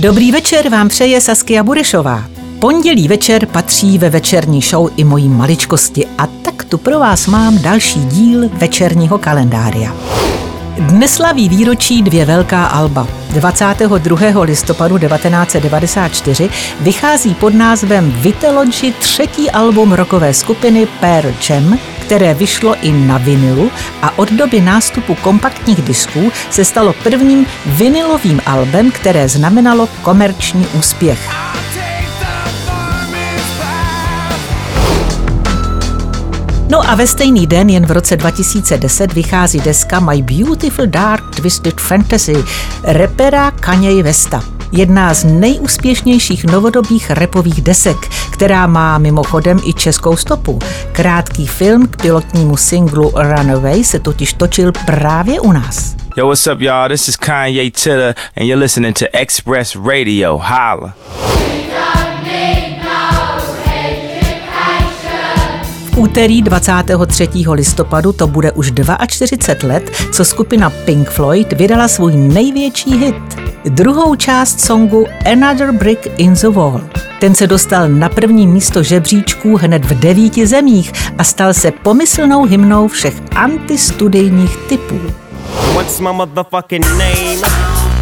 Dobrý večer vám přeje Saskia Burešová. Pondělí večer patří ve večerní show i mojí maličkosti a tak tu pro vás mám další díl večerního kalendária. Dnes slaví výročí dvě velká alba. 22. listopadu 1994 vychází pod názvem Vitalogy třetí album rockové skupiny Pearl Jam, které vyšlo i na vinilu a od doby nástupu kompaktních disků se stalo prvním vinilovým albem, které znamenalo komerční úspěch. No a ve stejný den, jen v roce 2010, vychází deska My Beautiful Dark Twisted Fantasy rapera Kanye Westa. Jedná z nejúspěšnějších novodobých rapových desek, která má mimochodem i českou stopu. Krátký film k pilotnímu singlu Runaway se totiž točil právě u nás. Yo, what's up, y'all? This is Kanye Tiller, and you're listening to Express Radio. Holla. V úterý 23. listopadu to bude už 42 let, co skupina Pink Floyd vydala svůj největší hit. Druhou část songu Another Brick in the Wall. Ten se dostal na první místo žebříčků hned v 9 zemích a stal se pomyslnou hymnou všech antistudijních typů. What's my motherfucking name?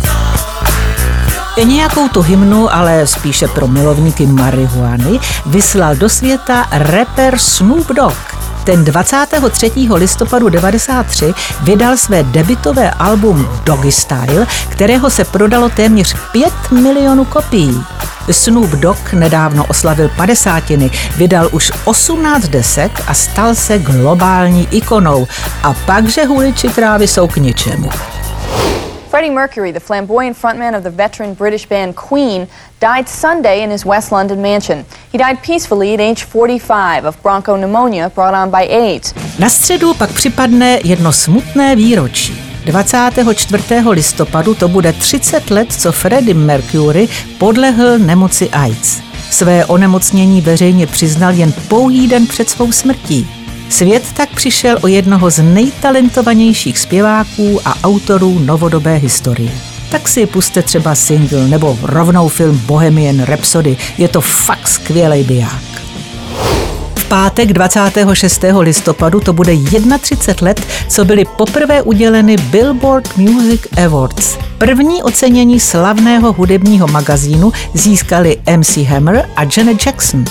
Nějakou tu hymnu, ale spíše pro milovníky marihuany, vyslal do světa rapper Snoop Dogg. Ten 23. listopadu 1993 vydal své debutové album Doggy Style, kterého se prodalo téměř 5 milionů kopií. Snoop Dogg nedávno oslavil 50, vydal už 18 desek a stal se globální ikonou. A pak, že huliči trávy jsou k ničemu. Freddie Mercury, the flamboyant frontman of the veteran British band Queen, died Sunday in his West London mansion. He died peacefully at age 45 of bronchopneumonia brought on by AIDS. Na středu pak připadne jedno smutné výročí. 24. listopadu to bude 30 let, co Freddie Mercury podlehl nemoci AIDS. Své onemocnění veřejně přiznal jen pouhý den před svou smrtí. Svět tak přišel o jednoho z nejtalentovanějších zpěváků a autorů novodobé historie. Tak si puste třeba single nebo rovnou film Bohemian Rhapsody. Je to fakt skvělej biják. V pátek 26. listopadu to bude 31 let, co byly poprvé uděleny Billboard Music Awards. První ocenění slavného hudebního magazínu získali MC Hammer a Janet Jackson.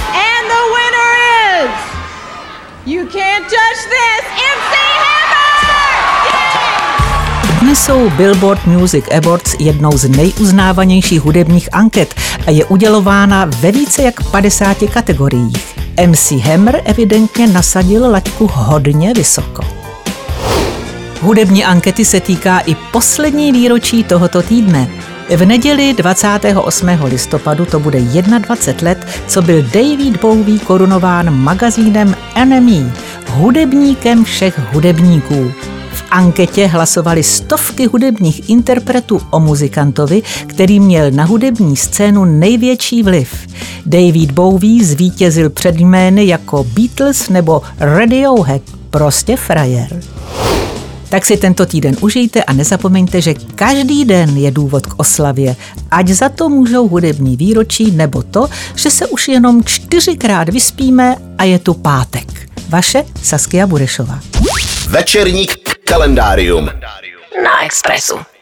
You can't judge this, MC Hammer! Dnes jsou Billboard Music Awards jednou z nejuznávanějších hudebních anket a je udělována ve více jak 50 kategoriích. MC Hammer evidentně nasadil laťku hodně vysoko. Hudební ankety se týká i poslední výročí tohoto týdne. V neděli 28. listopadu to bude 21 let, co byl David Bowie korunován magazínem NME, hudebníkem všech hudebníků. V anketě hlasovali stovky hudebních interpretů o muzikantovi, který měl na hudební scénu největší vliv. David Bowie zvítězil před jmény jako Beatles nebo Radiohead, prostě frajer. Tak si tento týden užijte a nezapomeňte, že každý den je důvod k oslavě, ať za to můžou hudební výročí nebo to, že se už jenom 4krát vyspíme a je tu pátek. Vaše Saskia Burešová. Večerní kalendárium na Expressu.